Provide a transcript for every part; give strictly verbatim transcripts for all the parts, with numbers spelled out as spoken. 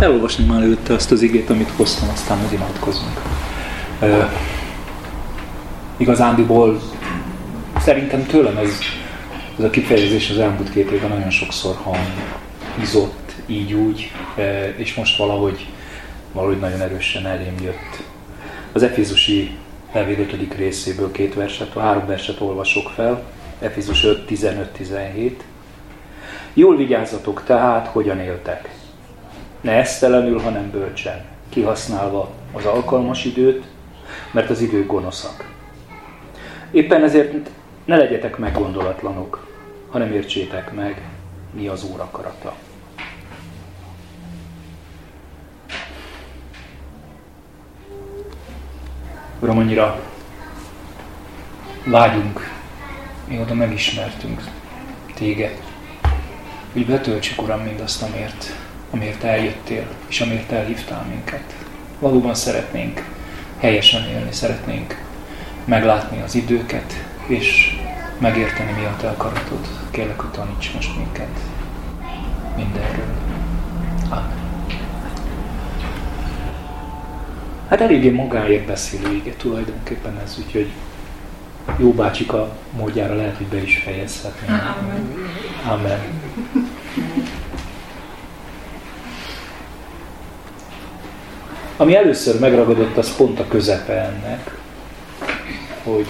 elolvasni már előtte azt az igét, amit hoztam, aztán az imádkozunk. E, igazándiból szerintem tőlem ez, ez a kifejezés az elmúlt két évben nagyon sokszor hangzott, így úgy, e, és most valahogy, valahogy nagyon erősen elém jött. Az Efézusi levél ötödik részéből két verset, a három verset olvasok fel, Efézus öt, tizenöt, tizenhét. Jól vigyázzatok tehát, hogyan éltek. Ne esztelenül, hanem bölcsen, kihasználva az alkalmas időt, mert az idők gonoszak. Éppen ezért ne legyetek meggondolatlanok, hanem értsétek meg, mi az Úr akarata. Uram, annyira vágyunk, mióta megismertünk Téged, hogy betöltsük, Uram, mindazt, amért, amért eljöttél, és amért elhívtál minket. Valóban szeretnénk helyesen élni, szeretnénk meglátni az időket, és megérteni, mi a Te akaratod. Kérlek, hogy taníts most minket mindenről. Amen. Hát eléggé magáért beszélő ige tulajdonképpen ez, úgyhogy jó bácsika módjára lehet, hogy be is fejezhetnénk. Amen. Amen. Ami először megragadott, az pont a közepe ennek, hogy,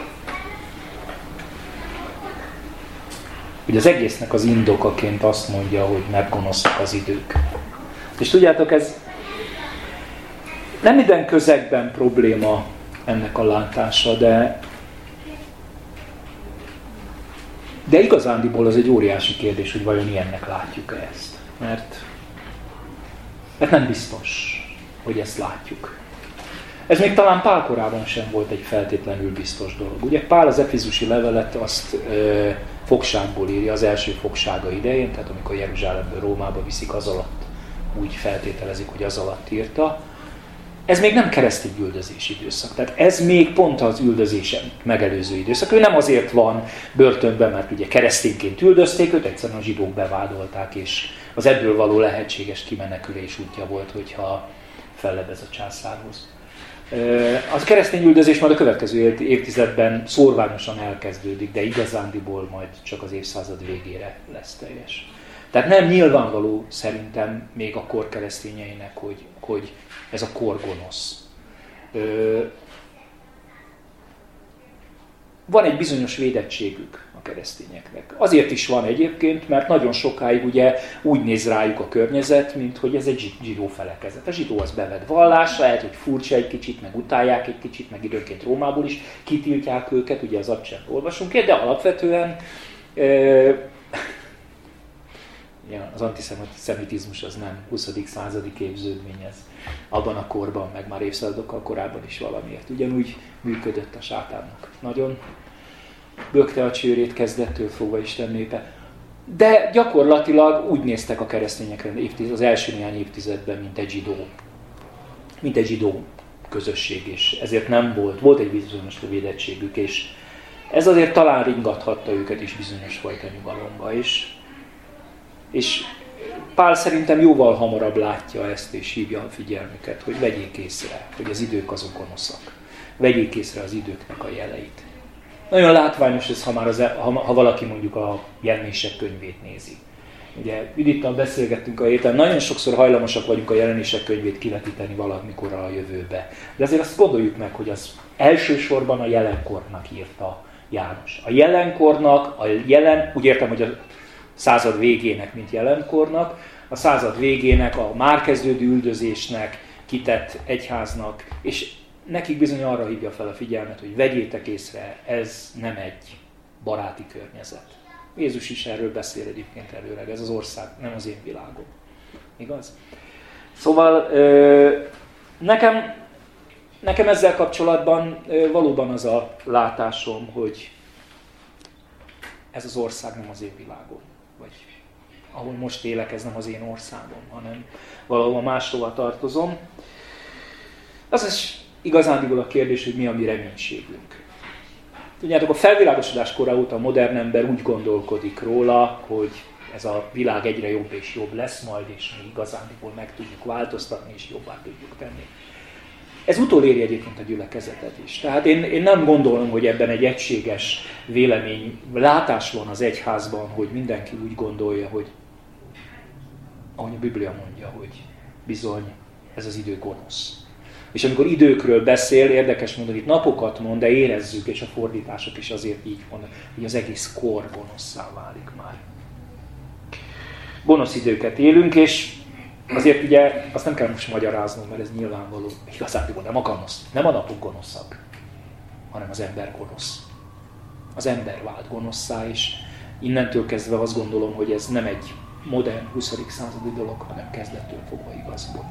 hogy az egésznek az indokaként azt mondja, hogy meggonoszak az idők. És tudjátok, ez nem minden közegben probléma ennek a látása, de de igazándiból az egy óriási kérdés, hogy vajon ilyennek látjuk-e ezt. Mert, mert nem biztos, hogy ezt látjuk. Ez még talán Pál korában sem volt egy feltétlenül biztos dolog. Ugye Pál az efézusi levelet azt ö, fogságból írja az első fogsága idején, tehát amikor Jeruzsálemből Rómába viszik, az alatt úgy feltételezik, hogy az alatt írta. Ez még nem keresztény üldözés időszak. Tehát ez még pont az üldözésen megelőző időszak. Ő nem azért van börtönben, mert ugye keresztényként üldözték őt, egyszerűen a zsidók bevádolták, és az ebből való lehetséges kimenekülés útja volt, hogyha fellebez a császárhoz. Az keresztény üldözés majd a következő évtizedben szórványosan elkezdődik, de igazándiból majd csak az évszázad végére lesz teljes. Tehát nem nyilvánvaló szerintem még a kor keresztényeinek, hogy, hogy ez a kor gonosz. Ö, van egy bizonyos védettségük a keresztényeknek. Azért is van egyébként, mert nagyon sokáig ugye úgy néz rájuk a környezet, mint hogy ez egy zsidó felekezet. A zsidó az bevett vallás, lehet, hogy furcsa egy kicsit, meg utálják egy kicsit, meg időnként Rómából is kitiltják őket, ugye az Acsent olvasunk, de alapvetően ö, ja, az antiszemitizmus az nem huszadik századi képződmény, ez abban a korban, meg már évszázadokkal korábban is valamiért ugyanúgy működött a sátánnak. Nagyon bökte a csőrét kezdettől fogva Isten népe. De gyakorlatilag úgy néztek a keresztényekre az első néhány évtizedben, mint egy zsidó, mint egy zsidó közösség, és ezért nem volt, volt egy bizonyos védettségük, és ez azért talán ringathatta őket is bizonyos fajta nyugalomba is. És Pál szerintem jóval hamarabb látja ezt, és hívja a figyelmüket, hogy vegyék észre, hogy az idők azok gonoszak. Vegyék észre az időknek a jeleit. Nagyon látványos ez, ha, már az, ha, ha valaki mondjuk a jelenések könyvét nézi. Ugye üdíttan beszélgettünk a héten, nagyon sokszor hajlamosak vagyunk a jelenések könyvét kivetíteni valamikor a jövőbe. De azért azt gondoljuk meg, hogy az elsősorban a jelenkornak írta János. A jelenkornak, a jelen, úgy értem, hogy a század végének, mint jelenkornak, a század végének, a már kezdődő üldözésnek, kitett egyháznak, és nekik bizony arra hívja fel a figyelmet, hogy vegyétek észre, ez nem egy baráti környezet. Jézus is erről beszél egyébként előleg, ez az ország, nem az én világom. Igaz? Szóval nekem, nekem ezzel kapcsolatban valóban az a látásom, hogy ez az ország nem az én világom. Vagy ahol most élek, ez nem az én országom, hanem valahol máshova tartozom. Az is igazándiból a kérdés, hogy mi a mi reménységünk. Tudjátok, a felvilágosodás kora óta a modern ember úgy gondolkodik róla, hogy ez a világ egyre jobb és jobb lesz majd, és mi igazándiból meg tudjuk változtatni, és jobbá tudjuk tenni. Ez utoléri egyébként a gyülekezetet is. Tehát én, én nem gondolom, hogy ebben egy egységes vélemény, látás van az egyházban, hogy mindenki úgy gondolja, hogy ahogy a Biblia mondja, hogy bizony ez az idő gonosz. És amikor időkről beszél, érdekes mondani, itt napokat mond, de érezzük, és a fordítások is azért így mondanak, hogy az egész kor gonoszszá válik már. Gonosz időket élünk, és azért ugye azt nem kell most magyaráznom, mert ez nyilvánvaló. Igazándiból nem a gonosz, nem a napok gonoszak, hanem az ember gonosz. Az ember vált gonoszszá, és innentől kezdve azt gondolom, hogy ez nem egy modern huszadik századi dolog, hanem kezdettől fogva igaz volt.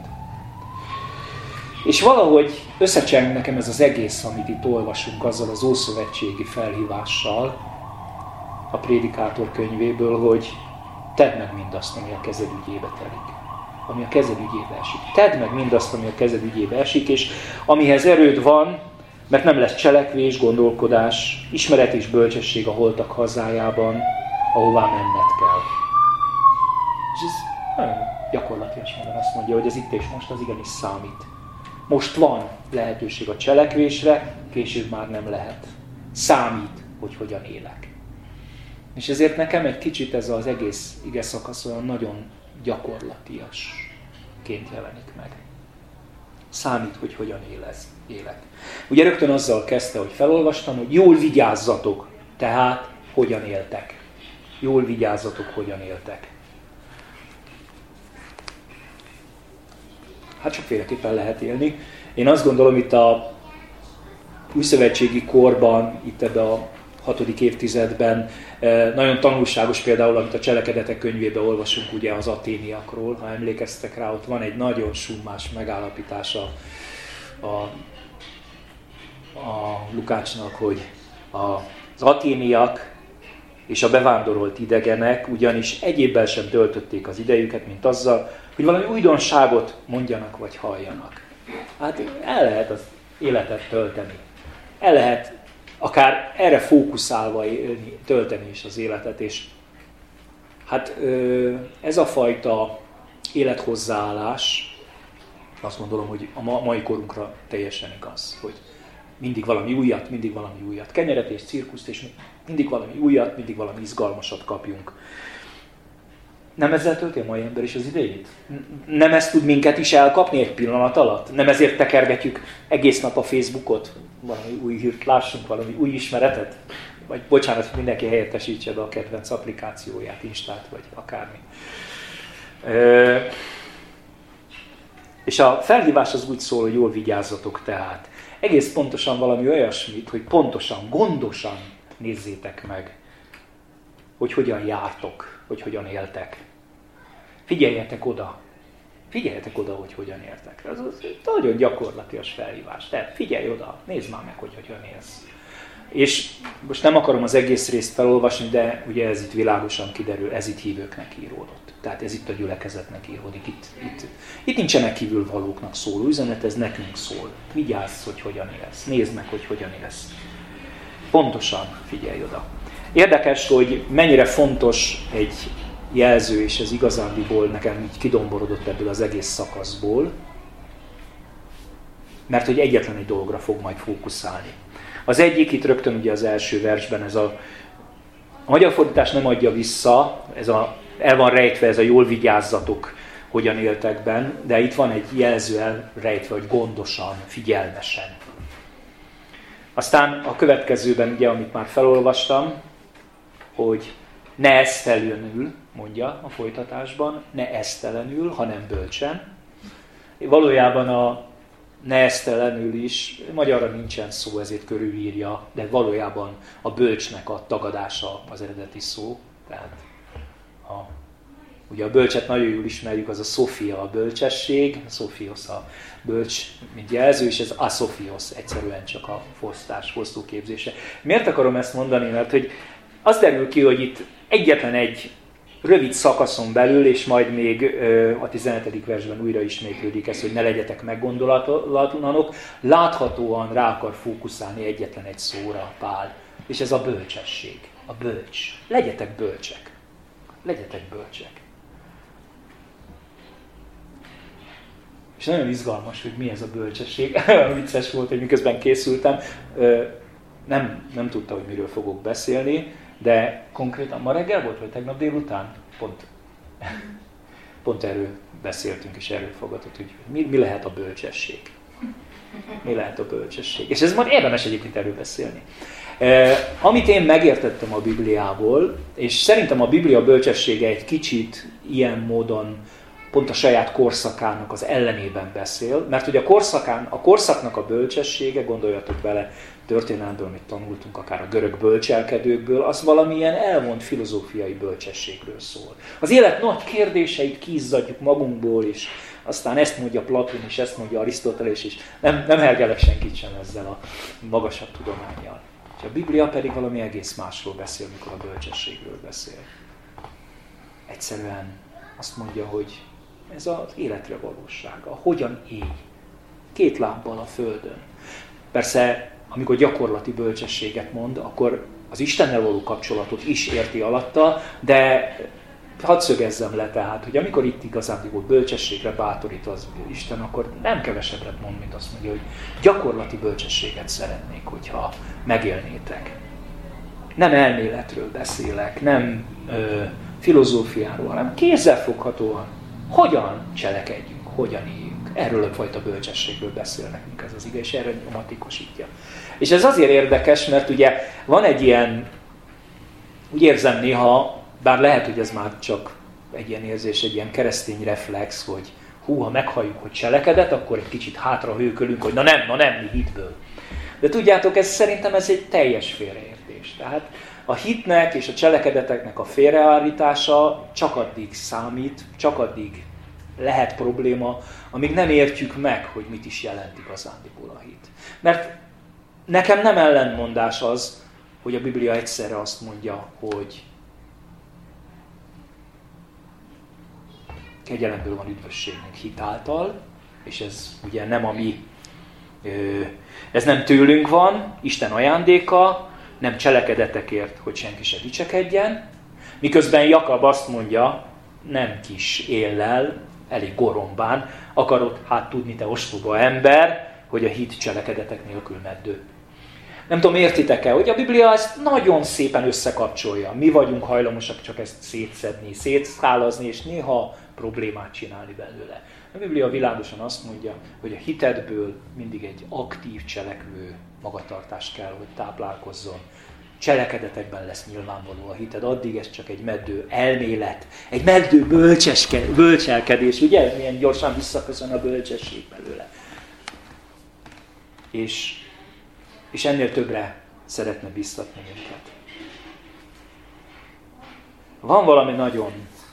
És valahogy összecseng nekem ez az egész, amit itt olvasunk azzal az ószövetségi felhívással a Prédikátor könyvéből, hogy tedd meg mindazt, ami a kezed ügyébe telik. Ami a kezed ügyébe esik. Tedd meg mindazt, ami a kezed ügyébe esik, és amihez erőd van, mert nem lesz cselekvés, gondolkodás, ismeret és bölcsesség a holtak hazájában, ahová menned kell. És ez nagyon gyakorlatilag módon azt mondja, hogy ez itt és most az igenis számít. Most van lehetőség a cselekvésre, később már nem lehet. Számít, hogy hogyan élek. És ezért nekem egy kicsit ez az egész ige szakasz olyan nagyon gyakorlatiasként jelenik meg. Számít, hogy hogyan élez, élek. Ugye rögtön azzal kezdte, hogy felolvastam, hogy jól vigyázzatok, tehát hogyan éltek. Jól vigyázzatok, hogyan éltek. Hát sokféleképpen lehet élni. Én azt gondolom, itt a újszövetségi korban, itt ebben a hatodik évtizedben nagyon tanulságos például, amit a Cselekedetek könyvében olvasunk ugye az aténiakról, ha emlékeztek rá, ott van egy nagyon summás megállapítása a, a Lukácsnak, hogy az aténiak és a bevándorolt idegenek ugyanis egyébben sem töltötték az idejüket, mint azzal, hogy valami újdonságot mondjanak vagy halljanak. Hát el lehet az életet tölteni. El lehet akár erre fókuszálva élni, tölteni is az életet, és hát ez a fajta élethozzáállás, azt gondolom, hogy a mai korunkra teljesen igaz, hogy mindig valami újat, mindig valami újat, kenyeret és cirkuszt, és mindig valami újat, mindig valami izgalmasat kapjunk. Nem ezzel tölti a mai ember is az idejét? Nem ez tud minket is elkapni egy pillanat alatt? Nem ezért tekergetjük egész nap a Facebookot? Valami új hírt lássunk, valami új ismeretet? Vagy bocsánat, mindenki helyettesítse be a kedvenc applikációját, Instát, vagy akármi. Ö, és a felhívás az úgy szól, hogy jól vigyázzatok tehát. Egész pontosan valami olyasmit, hogy pontosan, gondosan nézzétek meg, hogy hogyan jártok, hogy hogyan éltek. Figyeljetek oda. Figyeljetek oda, hogy hogyan éltek. Ez az nagyon gyakorlatias felhívás. Tehát figyelj oda, nézd már meg, hogy hogyan élsz. És most nem akarom az egész részt felolvasni, de ugye ez itt világosan kiderül, ez itt hívőknek íródott. Tehát ez itt a gyülekezetnek íródik. Itt, itt, itt nincsenek kívülvalóknak szóló üzenet, ez nekünk szól. Vigyázz, hogy hogyan élsz. Nézd meg, hogy hogyan élsz. Pontosan figyelj oda. Érdekes, hogy mennyire fontos egy jelző, és ez igazándiból nekem így kidomborodott ebből az egész szakaszból, mert hogy egyetlen egy dologra fog majd fókuszálni. Az egyik, itt rögtön ugye az első versben, ez a, a magyar fordítás nem adja vissza, ez a, el van rejtve ez a jól vigyázzatok, hogyan éltekben, de itt van egy jelző elrejtve, hogy gondosan, figyelmesen. Aztán a következőben, ugye, amit már felolvastam, hogy ne esztelenül, mondja a folytatásban, ne esztelenül, hanem bölcsen. Valójában a ne esztelenül is, magyarra nincsen szó, ezért körülírja, de valójában a bölcsnek a tagadása az eredeti szó. Tehát a, ugye a bölcset nagyon jól ismerjük, az a Sophia a bölcsesség, a Sophios a bölcs, mint jelző, és ez a Sophios egyszerűen csak a fosztás, fosztóképzése. Miért akarom ezt mondani? Mert hogy az derül ki, hogy itt egyetlen egy rövid szakaszon belül, és majd még a tizenhetedik versben újra ismétlődik ez, hogy ne legyetek meggondolatlanok, láthatóan rá akar fókuszálni egyetlen egy szóra Pál, és ez a bölcsesség, a bölcs. Legyetek bölcsek. legyetek bölcsek. És nagyon izgalmas, hogy mi ez a bölcsesség. Vicces volt, hogy miközben készültem, nem, nem tudta, hogy miről fogok beszélni, de konkrétan ma reggel volt, vagy tegnap délután? Pont, pont erről beszéltünk, és erről fogadott, hogy mi, mi lehet a bölcsesség. Mi lehet a bölcsesség. És ez majd érdemes egyébként erről beszélni. Eh, amit én megértettem a Bibliából, és szerintem a Biblia bölcsessége egy kicsit ilyen módon pont a saját korszakának az ellenében beszél, mert ugye a, korszakán, a korszaknak a bölcsessége, gondoljatok bele, történelmből, amit tanultunk, akár a görög bölcselkedőkből, az valamilyen elvont filozófiai bölcsességről szól. Az élet nagy kérdéseit kiizzadjuk magunkból is, aztán ezt mondja Platon is, ezt mondja Arisztoteles is, nem, nem hergelek senkit sem ezzel a magasabb tudománnyal. És a Biblia pedig valami egész másról beszél, mikor a bölcsességről beszél. Egyszerűen azt mondja, hogy ez az életre valósága, hogyan élj. Két lábbal a földön. Persze, amikor gyakorlati bölcsességet mond, akkor az Istennel való kapcsolatot is érti alatta, de hadd szögezzem le tehát, hogy amikor itt igazándiból bölcsességre bátorít az Isten, akkor nem kevesebbet mond, mint azt mondja, hogy gyakorlati bölcsességet szeretnék, hogyha megélnétek. Nem elméletről beszélek, nem ö, filozófiáról, hanem kézzelfoghatóan. Hogyan cselekedjünk, hogyan éljünk. Erről a fajta bölcsességről beszél nekünk ez az ige, és erre nyomatékosítja. És ez azért érdekes, mert ugye van egy ilyen, úgy érzem néha, bár lehet, hogy ez már csak egy ilyen érzés, egy ilyen keresztény reflex, hogy hú, ha meghalljuk, hogy cselekedett, akkor egy kicsit hátra hőkölünk, hogy na nem, na nem, mi hitből. De tudjátok, ez szerintem ez egy teljes félreértés. Tehát a hitnek és a cselekedeteknek a félreállítása csak addig számít, csak addig lehet probléma, amíg nem értjük meg, hogy mit is jelent igazándiból a hit. Mert nekem nem ellentmondás az, hogy a Biblia egyszerre azt mondja, hogy kegyelemből van üdvösségünk hit által, és ez ugye nem a mi, ez nem tőlünk van, Isten ajándéka, nem cselekedetekért, hogy senki se dicsekedjen, miközben Jakab azt mondja, nem kis éllel, elég gorombán, akarod hát tudni, te ostoba ember, hogy a hit cselekedetek nélkül meddő. Nem tudom, értitek-e, hogy a Biblia ezt nagyon szépen összekapcsolja. Mi vagyunk hajlamosak csak ezt szétszedni, szétszálazni, és néha problémát csinálni belőle. A Biblia világosan azt mondja, hogy a hitedből mindig egy aktív, cselekvő magatartás kell, hogy táplálkozzon. Cselekedetekben lesz nyilvánvaló a hited, addig ez csak egy meddő elmélet, egy meddő bölcselkedés, ugye? Ez milyen gyorsan visszaköszön a bölcsesség belőle. És, és ennél többre szeretne biztatni minket. Van valami nagyon,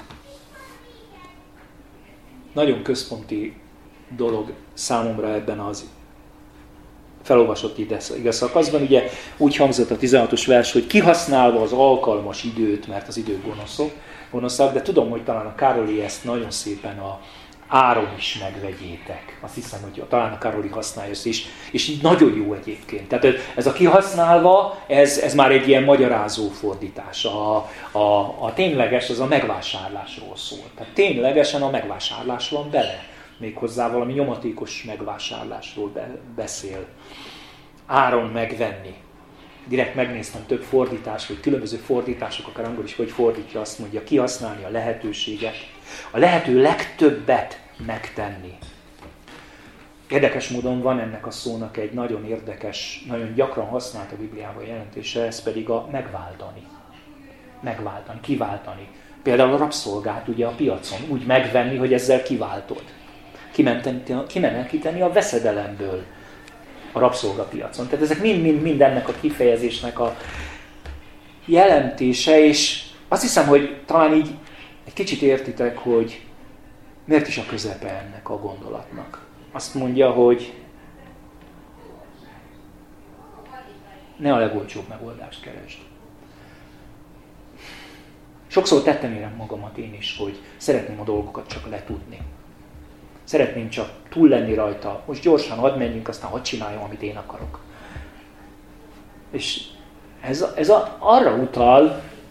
nagyon központi dolog számomra ebben az felolvasott ige szakaszban. Ugye úgy hangzott a tizenhatos vers, hogy kihasználva az alkalmas időt, mert az idők gonoszok, gonoszak, de tudom, hogy talán a Károli ezt nagyon szépen a áron is megvegyétek. Azt hiszem, hogy talán a Károli használja ezt is, és így nagyon jó egyébként. Tehát ez a kihasználva, ez, ez már egy ilyen magyarázó fordítás. A, a, a tényleges, az a megvásárlásról szól. Tehát ténylegesen a megvásárlás van bele. Méghozzá valami nyomatékos megvásárlásról be, beszél. Áron megvenni. Direkt megnéztem több fordítás, vagy különböző fordítások, akár angol is, hogy fordítja, azt mondja, kihasználni a lehetőséget, a lehető legtöbbet megtenni. Érdekes módon van ennek a szónak egy nagyon érdekes, nagyon gyakran használt a Bibliában jelentése, ez pedig a megváltani. Megváltani, kiváltani. Például a rabszolgát ugye a piacon úgy megvenni, hogy ezzel kiváltod. Kimenekíteni a veszedelemből a rabszolgapiacon. Tehát ezek mind-mind mind ennek a kifejezésnek a jelentése, és azt hiszem, hogy talán így egy kicsit értitek, hogy miért is a közepe ennek a gondolatnak. Azt mondja, hogy ne a legolcsóbb megoldást keresd. Sokszor tettem érem magamat én is, hogy szeretném a dolgokat csak letudni. Szeretném csak túl lenni rajta. Most gyorsan hadd menjünk, aztán hadd csináljam, amit én akarok. És ez, ez a, arra utal,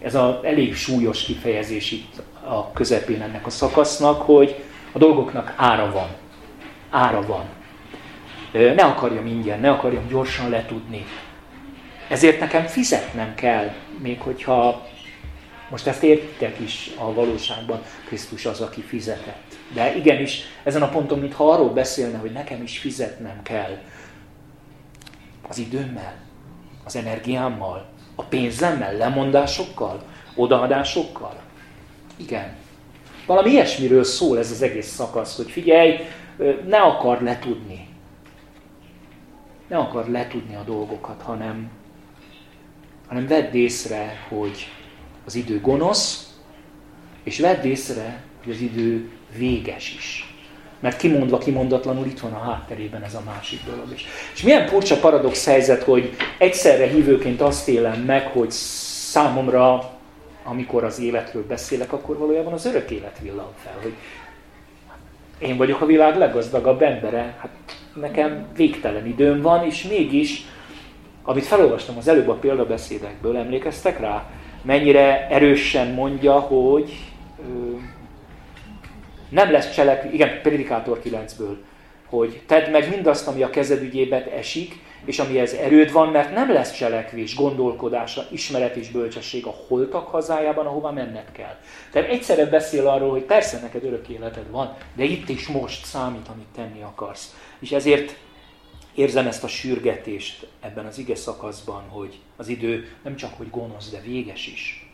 ez az elég súlyos kifejezés itt a közepén ennek a szakasznak, hogy a dolgoknak ára van. Ára van. Ne akarjam ingyen, ne akarjam gyorsan letudni. Ezért nekem fizetnem kell, még hogyha most ezt értitek is a valóságban, Krisztus az, aki fizetett. De igenis, ezen a ponton, mintha arról beszélne, hogy nekem is fizetnem kell. Az időmmel, az energiámmal, a pénzemmel, lemondásokkal, odaadásokkal. Igen. Valami ilyesmiről szól ez az egész szakasz, hogy figyelj, ne akar letudni. Ne akar letudni a dolgokat, hanem, hanem vedd észre, hogy az idő gonosz, és vedd észre, hogy az idő véges is. Mert kimondva, kimondatlanul itt van a hátterében ez a másik dolog is. És milyen furcsa paradox helyzet, hogy egyszerre hívőként azt élem meg, hogy számomra, amikor az életről beszélek, akkor valójában az örök élet villan fel, hogy én vagyok a világ leggazdagabb embere, hát nekem végtelen időm van, és mégis, amit felolvastam az előbb a példabeszédekből, emlékeztek rá, mennyire erősen mondja, hogy ö, nem lesz cselekvés, igen, Prédikátor kilencből, hogy tedd meg mindazt, ami a kezed ügyében esik, és amihez erőd van, mert nem lesz cselekvés, gondolkodása, ismeret és bölcsesség a holtak hazájában, ahova menned kell. Tehát egyszerre beszél arról, hogy persze neked örök életed van, de itt is most számít, amit tenni akarsz. És ezért érzem ezt a sürgetést ebben az ige szakaszban, hogy az idő nem csak hogy gonosz, de véges is.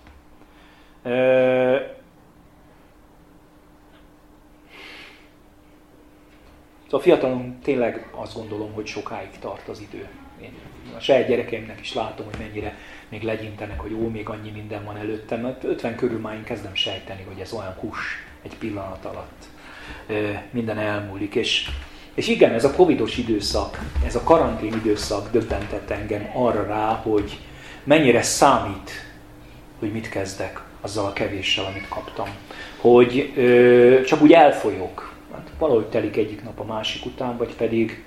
Szóval fiatalon tényleg azt gondolom, hogy sokáig tart az idő. Én a saját gyerekeimnek is látom, hogy mennyire még legyintenek, hogy ó, még annyi minden van előttem. Mert ötven körül már én kezdem sejteni, hogy ez olyan hús egy pillanat alatt. Minden elmúlik. És, és igen, ez a covidos időszak, ez a karantén időszak döbbentett engem arra rá, hogy mennyire számít, hogy mit kezdek azzal a kevéssel, amit kaptam. Hogy ö, csak úgy elfolyok. Hát valahogy telik egyik nap a másik után, vagy pedig,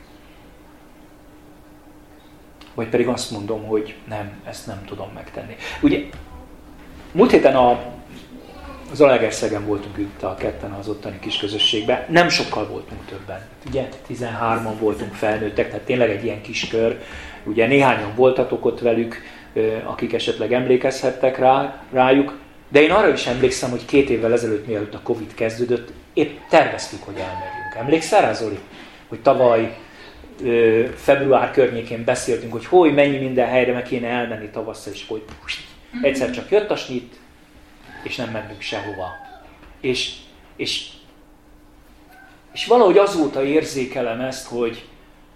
vagy pedig azt mondom, hogy nem, ezt nem tudom megtenni. Ugye, múlt héten a, az Zalaegerszegen voltunk itt a ketten az ottani kis közösségben, nem sokkal voltunk többen. Ugye, tizenhárman voltunk felnőttek, tehát tényleg egy ilyen kis kör. Ugye néhányan voltatok ott velük, akik esetleg emlékezhettek rá, rájuk, de én arra is emlékszem, hogy két évvel ezelőtt, mielőtt a Covid kezdődött, épp terveztük, hogy elmegyünk. Emlékszel rá, Zoli? Hogy tavaly ö, február környékén beszéltünk, hogy hogy mennyi minden helyre meg kéne elmenni tavasszal, és hogy egyszer csak jött a snit, és nem mentünk sehova. És, és, és valahogy azóta érzékelem ezt, hogy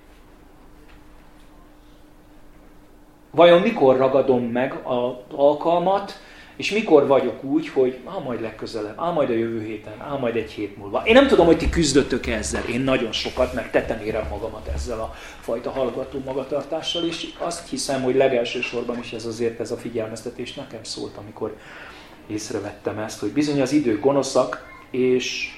vajon mikor ragadom meg az alkalmat, és mikor vagyok úgy, hogy á, majd legközelebb, á, majd a jövő héten, á, majd egy hét múlva. Én nem tudom, hogy ti küzdöttök ezzel. Én nagyon sokat, meg tettem érem magamat ezzel a fajta hallgató magatartással, és azt hiszem, hogy legelső sorban is ez azért ez a figyelmeztetés nekem szólt, amikor észrevettem ezt, hogy bizony az idők gonoszak, és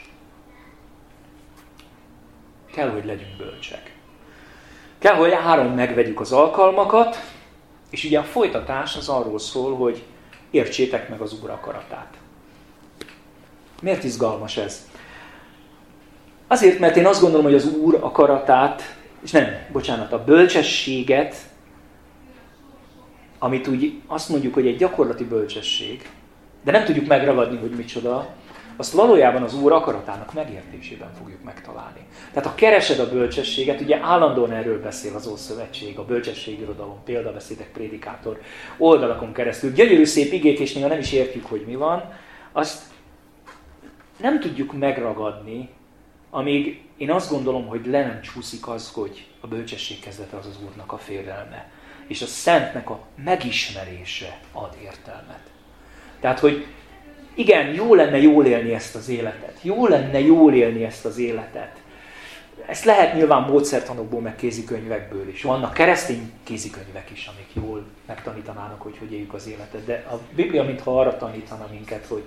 kell, hogy legyünk bölcsek. Kell, hogy áron megvegyük az alkalmakat, és ugye a folytatás az arról szól, hogy értsétek meg az Úr akaratát. Miért izgalmas ez? Azért, mert én azt gondolom, hogy az Úr akaratát, és nem, bocsánat, a bölcsességet, amit úgy azt mondjuk, hogy egy gyakorlati bölcsesség, de nem tudjuk megragadni, hogy micsoda, azt valójában az Úr akaratának megértésében fogjuk megtalálni. Tehát ha keresed a bölcsességet, ugye állandóan erről beszél az Ószövetség, a bölcsességirodalom, példabeszédek, prédikátor, oldalakon keresztül. Gyönyörű szép igék, és néha nem is értjük, hogy mi van. Azt nem tudjuk megragadni, amíg én azt gondolom, hogy le nem csúszik az, hogy a bölcsesség kezdete az az Úrnak a félelme. És a Szentnek a megismerése ad értelmet. Tehát, hogy igen, jó lenne jól élni ezt az életet. Jó lenne jól élni ezt az életet. Ezt lehet nyilván módszertanokból, meg kézikönyvekből is. Vannak keresztény kézikönyvek is, amik jól megtanítanának, hogy hogy éljük az életet. De a Biblia mintha arra tanítana minket, hogy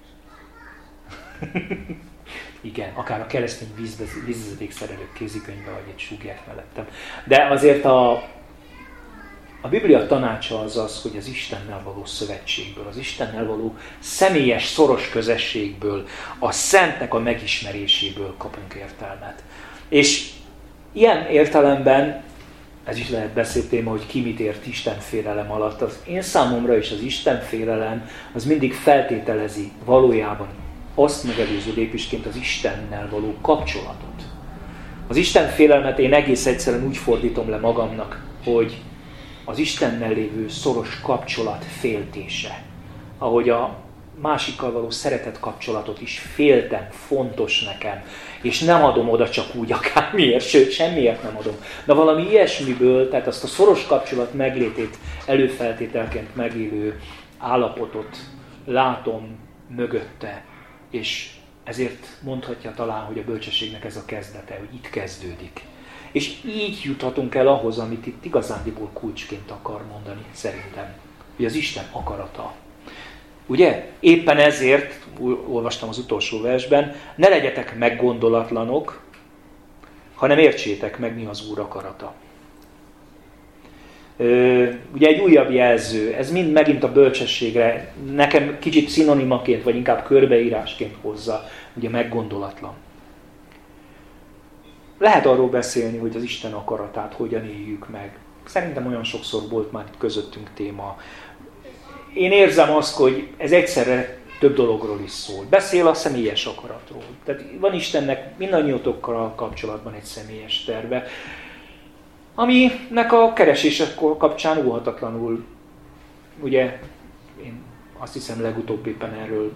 igen, akár a keresztény vízvezetékszerelők kézikönyve, vagy egy súgják mellettem. De azért a A Biblia tanácsa az az, hogy az Istennel való szövetségből, az Istennel való személyes, szoros közösségből, a Szentnek a megismeréséből kapunk értelmet. És ilyen értelemben, ez is lehet beszédtéma, hogy ki mit ért Istenfélelem alatt. Az én számomra is az Istenfélelem az mindig feltételezi valójában azt megelőző lépésként az Istennel való kapcsolatot. Az Istenfélelmet én egész egyszerűen úgy fordítom le magamnak, hogy az Istennel lévő szoros kapcsolat féltése. Ahogy a másikkal való szeretet kapcsolatot is féltem, fontos nekem, és nem adom oda csak úgy akármiért, sőt, semmiért nem adom. De valami ilyesmiből, tehát azt a szoros kapcsolat meglétét előfeltételként megélő állapotot látom mögötte, és ezért mondhatja talán, hogy a bölcsességnek ez a kezdete, hogy itt kezdődik. És így juthatunk el ahhoz, amit itt igazándiból kulcsként akar mondani, szerintem, hogy az Isten akarata. Ugye? Éppen ezért, olvastam az utolsó versben, ne legyetek meggondolatlanok, hanem értsétek meg, mi az Úr akarata. Ugye egy újabb jelző, ez mind megint a bölcsességre, nekem kicsit szinonimaként, vagy inkább körbeírásként hozza, ugye meggondolatlan. Lehet arról beszélni, hogy az Isten akaratát hogyan éljük meg. Szerintem olyan sokszor volt már itt közöttünk téma. Én érzem azt, hogy ez egyszerre több dologról is szól. Beszél a személyes akaratról. Tehát van Istennek mindannyiótokkal kapcsolatban egy személyes terve, aminek a keresése kapcsán óhatatlanul, ugye, én azt hiszem legutóbb éppen erről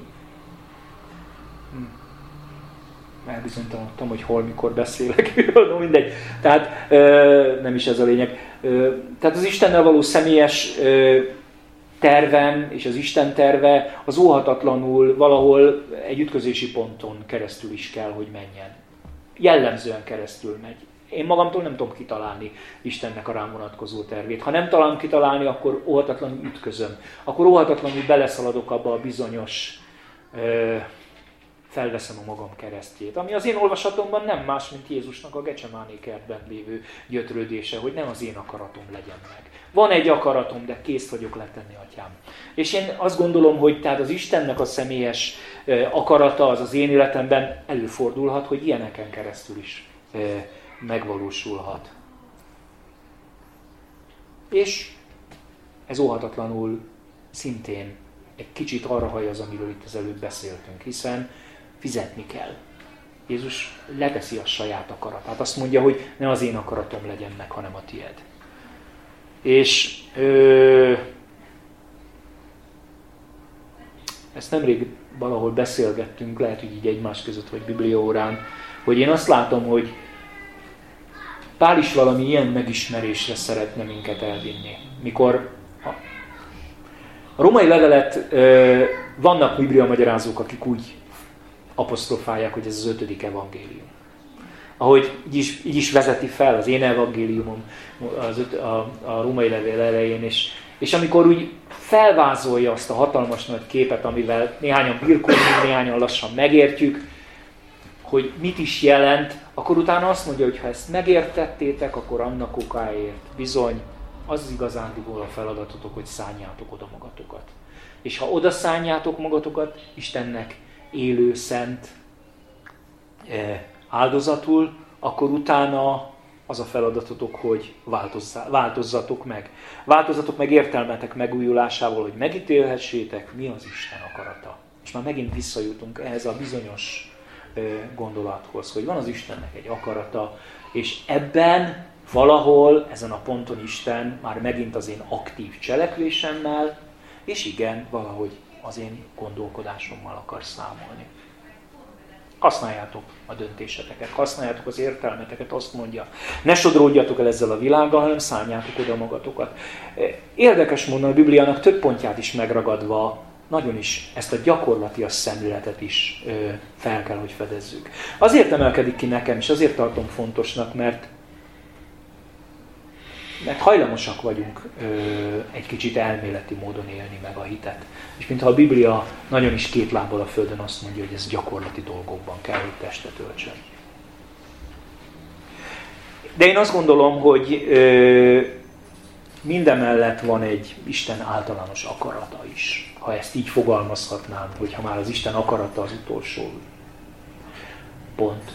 elbizonytalanodtam, hogy hol, mikor beszélek, no, mindegy. Tehát nem is ez a lényeg. Tehát az Istennel való személyes tervem és az Isten terve az óhatatlanul valahol egy ütközési ponton keresztül is kell, hogy menjen. Jellemzően keresztül megy. Én magamtól nem tudom kitalálni Istennek a rám vonatkozó tervét. Ha nem találom kitalálni, akkor óhatatlanul ütközöm. Akkor óhatatlanul beleszaladok abba a bizonyos, ö, felveszem a magam keresztjét. Ami az én olvasatomban nem más, mint Jézusnak a Gecsemáné kertben lévő gyötrődése, hogy nem az én akaratom legyen meg. Van egy akaratom, de kész vagyok letenni, Atyám. És én azt gondolom, hogy tehát az Istennek a személyes akarata az az én életemben előfordulhat, hogy ilyeneken keresztül is megvalósulhat. És ez óhatatlanul szintén egy kicsit arra hajaz, amiről itt az előbb beszéltünk, hiszen fizetni kell. Jézus leteszi a saját akaratát. Azt mondja, hogy ne az én akaratom legyen meg, hanem a tied. És ö, ezt nemrég valahol beszélgettünk, lehet, hogy így egymás között, vagy bibliaórán, hogy én azt látom, hogy Pál is valami ilyen megismerésre szeretne minket elvinni. Mikor a, a római levelet ö, vannak biblia magyarázók, akik úgy apostrofálják, hogy ez az ötödik evangélium. Ahogy így is, így is vezeti fel az én evangéliumom az öt, a, a római levél elején, és, és amikor úgy felvázolja azt a hatalmas nagy képet, amivel néhányan birkózunk, néhányan lassan megértjük, hogy mit is jelent, akkor utána azt mondja, hogy ha ezt megértettétek, akkor annak okáért bizony, az az igazándiból a feladatotok, hogy szánjátok oda magatokat. És ha oda szánjátok magatokat Istennek élő, szent áldozatul, akkor utána az a feladatotok, hogy változzatok meg. Változzatok meg értelmetek megújulásával, hogy megítélhessétek, mi az Isten akarata. És már megint visszajutunk ehhez a bizonyos gondolathoz, hogy van az Istennek egy akarata, és ebben valahol, ezen a ponton Isten már megint az én aktív cselekvésemmel, és igen, valahogy az én gondolkodásommal akar számolni. Használjátok a döntéseteket, használjátok az értelmeteket, azt mondja. Ne sodródjatok el ezzel a világgal, hanem szálljátok oda magatokat. Érdekes módon a Bibliának több pontját is megragadva, nagyon is ezt a gyakorlatias szemléletet is fel kell, hogy fedezzük. Azért emelkedik ki nekem, és azért tartom fontosnak, mert, mert hajlamosak vagyunk egy kicsit elméleti módon élni meg a hitet. És mintha a Biblia nagyon is két lábbal a földön azt mondja, hogy ez gyakorlati dolgokban kell, hogy testet öltsön. De én azt gondolom, hogy mindemellett van egy Isten általános akarata is. Ha ezt így fogalmazhatnám, hogy ha már az Isten akarata az utolsó pont.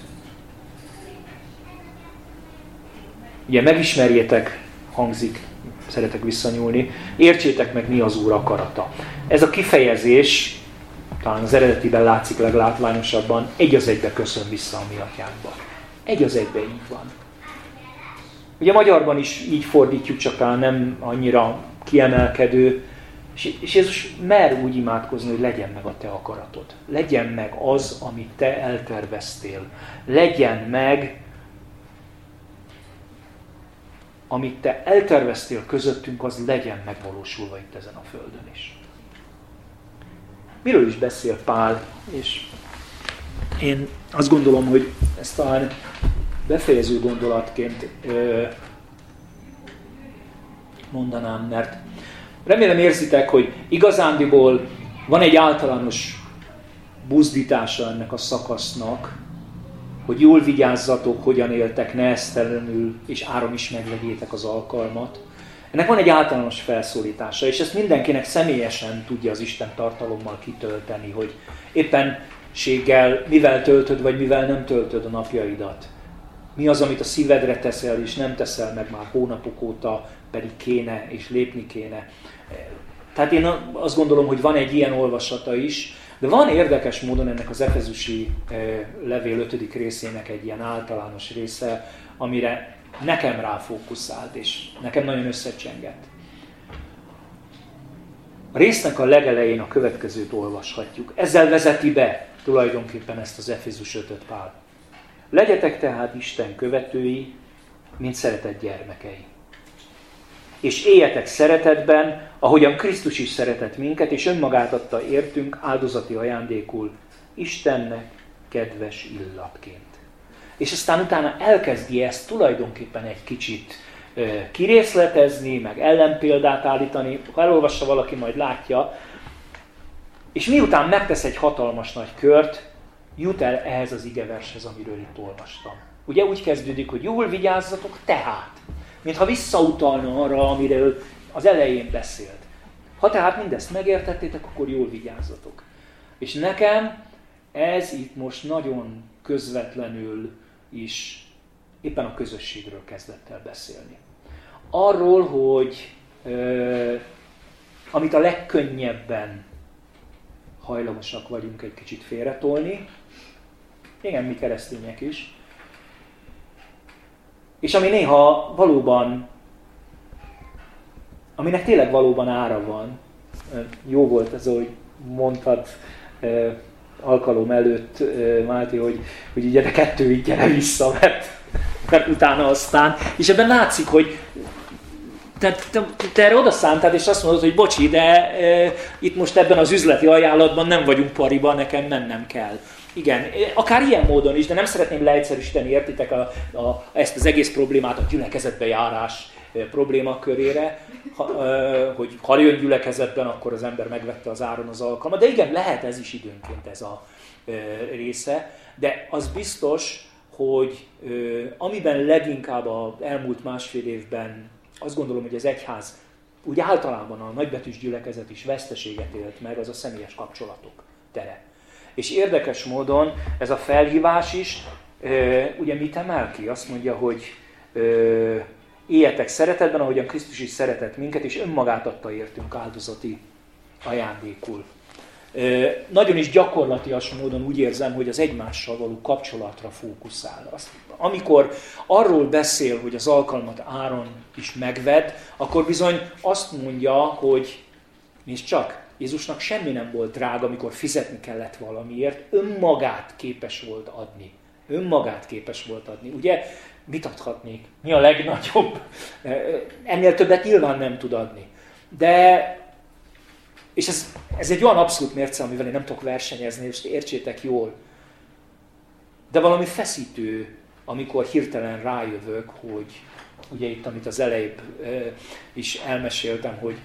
Ugye megismerjétek, hangzik, szeretek visszanyúlni, értsétek meg, mi az Úr akarata. Ez a kifejezés, talán az eredetiben látszik leglátványosabban, egy az egybe köszön vissza a mi atyánkba. Egy az egybe így van. Ugye magyarban is így fordítjuk, csak talán nem annyira kiemelkedő, és Jézus mer úgy imádkozni, hogy legyen meg a te akaratod. Legyen meg az, amit te elterveztél. Legyen meg, amit te elterveztél közöttünk, az legyen megvalósulva itt ezen a földön is. Miről is beszél Pál? És én azt gondolom, hogy ezt talán befejező gondolatként mondanám, mert remélem érzitek, hogy igazándiból van egy általános buzdítása ennek a szakasznak, hogy jól vigyázzatok, hogyan éltek, ne esztelenül, és áron is megvegyétek az alkalmat. Ennek van egy általános felszólítása, és ezt mindenkinek személyesen tudja az Isten tartalommal kitölteni, hogy éppenséggel mivel töltöd, vagy mivel nem töltöd a napjaidat. Mi az, amit a szívedre teszel, és nem teszel meg már hónapok óta, pedig kéne, és lépni kéne. Tehát én azt gondolom, hogy van egy ilyen olvasata is, de van érdekes módon ennek az efezusi levél ötödik részének egy ilyen általános része, amire nekem ráfókuszált, és nekem nagyon összecsengett. A résznek a legelején a következőt olvashatjuk. Ezzel vezeti be tulajdonképpen ezt az Efézus ötöt Pál. Legyetek tehát Isten követői, mint szeretett gyermekei. És éljetek szeretetben, ahogyan Krisztus is szeretett minket, és önmagát adta értünk áldozati ajándékul, Istennek kedves illatként. És aztán utána elkezdi ezt tulajdonképpen egy kicsit e, kirészletezni, meg ellenpéldát állítani. Ha elolvassa valaki, majd látja. És miután megtesz egy hatalmas nagy kört, jut el ehhez az igevershez, amiről itt olvastam. Ugye úgy kezdődik, hogy jól vigyázzatok tehát, mintha visszautalna arra, amiről az elején beszélt. Ha tehát mindezt megértettétek, akkor jól vigyázzatok. És nekem ez itt most nagyon közvetlenül is éppen a közösségről kezdett el beszélni. Arról, hogy ö, amit a legkönnyebben hajlamosak vagyunk egy kicsit félretolni, igen, mi keresztények is, és ami néha valóban, aminek tényleg valóban ára van. Jó volt ez, hogy mondtad eh, alkalom előtt, eh, Máté, hogy, hogy ugye de kettő így gyere vissza, mert, mert utána aztán. És ebben látszik, hogy te, te, te erre odaszántad, és azt mondod, hogy bocsi, de eh, itt most ebben az üzleti ajánlatban nem vagyunk pariban, nekem mennem kell. Igen, akár ilyen módon is, de nem szeretném leegyszerűsíteni, értitek, a, a, ezt az egész problémát a gyülekezetbe járás problémakörére, ha, hogy ha jön gyülekezetben, akkor az ember megvette az áron az alkalmat. De igen, lehet ez is időnként ez a része, de az biztos, hogy amiben leginkább az elmúlt másfél évben azt gondolom, hogy az egyház úgy általában a nagybetűs gyülekezet is veszteséget élt meg, az a személyes kapcsolatok tere. És érdekes módon ez a felhívás is, ugye mit emel ki? Azt mondja, hogy éljetek szeretetben, ahogyan Krisztus is szeretett minket, és önmagát adta értünk áldozati ajándékul. Nagyon is gyakorlatias módon úgy érzem, hogy az egymással való kapcsolatra fókuszál. Azt, amikor arról beszél, hogy az alkalmat áron is megved, akkor bizony azt mondja, hogy nézd csak, Jézusnak semmi nem volt drága, amikor fizetni kellett valamiért, önmagát képes volt adni. Önmagát képes volt adni. Ugye, mit adhatnék? Mi a legnagyobb? Ennél többet nyilván nem tud adni. De, és ez, ez egy olyan abszolút mérce, amivel én nem tudok versenyezni, és értsétek jól. De valami feszítő, amikor hirtelen rájövök, hogy ugye itt, amit az elejébb is elmeséltem, hogy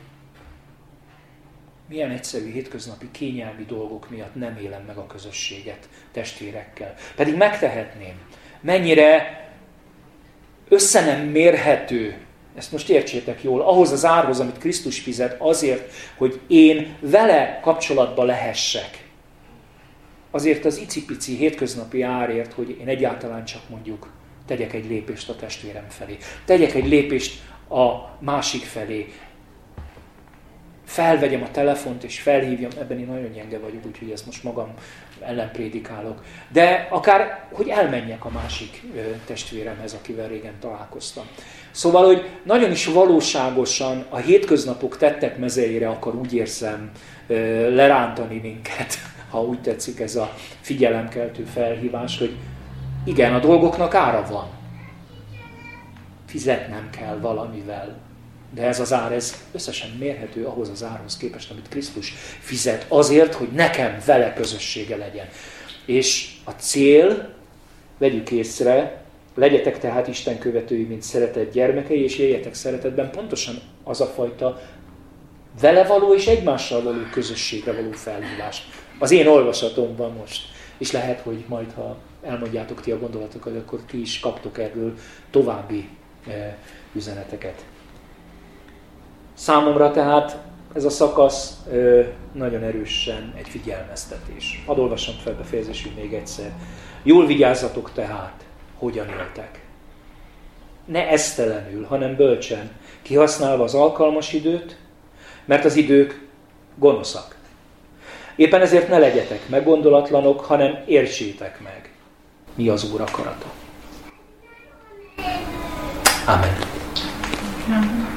milyen egyszerű hétköznapi kényelmi dolgok miatt nem élem meg a közösséget testvérekkel. Pedig megtehetném. Mennyire össze nem mérhető ezt most értsétek jól, ahhoz az árhoz, amit Krisztus fizet azért, hogy én vele kapcsolatba lehessek. Azért az icipici hétköznapi árért, hogy én egyáltalán csak mondjuk tegyek egy lépést a testvérem felé. Tegyek egy lépést a másik felé. Felvegyem a telefont és felhívjam, ebben én nagyon gyenge vagyok, úgyhogy ezt most magam ellen prédikálok. De akár, hogy elmenjek a másik testvéremhez, akivel régen találkoztam. Szóval, hogy nagyon is valóságosan a hétköznapok tettek mezeire akar, úgy érzem, lerántani minket, ha úgy tetszik ez a figyelemkeltő felhívás, hogy igen, a dolgoknak ára van. Fizetnem kell valamivel. De ez az ár, ez összesen mérhető ahhoz az árhoz képest, amit Krisztus fizet azért, hogy nekem vele közössége legyen. És a cél, vegyük észre, legyetek tehát Isten követői, mint szeretett gyermekei, és éljetek szeretetben, pontosan az a fajta vele való és egymással való közösségre való felhívás. Az én olvasatomban most. És lehet, hogy majd, ha elmondjátok ti a gondolatokat, akkor ti is kaptok erről további e, üzeneteket. Számomra tehát ez a szakasz ö, nagyon erősen egy figyelmeztetés. Hadd olvassam fel befejezésül még egyszer. Jól vigyázzatok tehát, hogyan éltek. Ne esztelenül, hanem bölcsen, kihasználva az alkalmas időt, mert az idők gonoszak. Éppen ezért ne legyetek meggondolatlanok, hanem értsétek meg, mi az Úr akarata. Amen. Amen.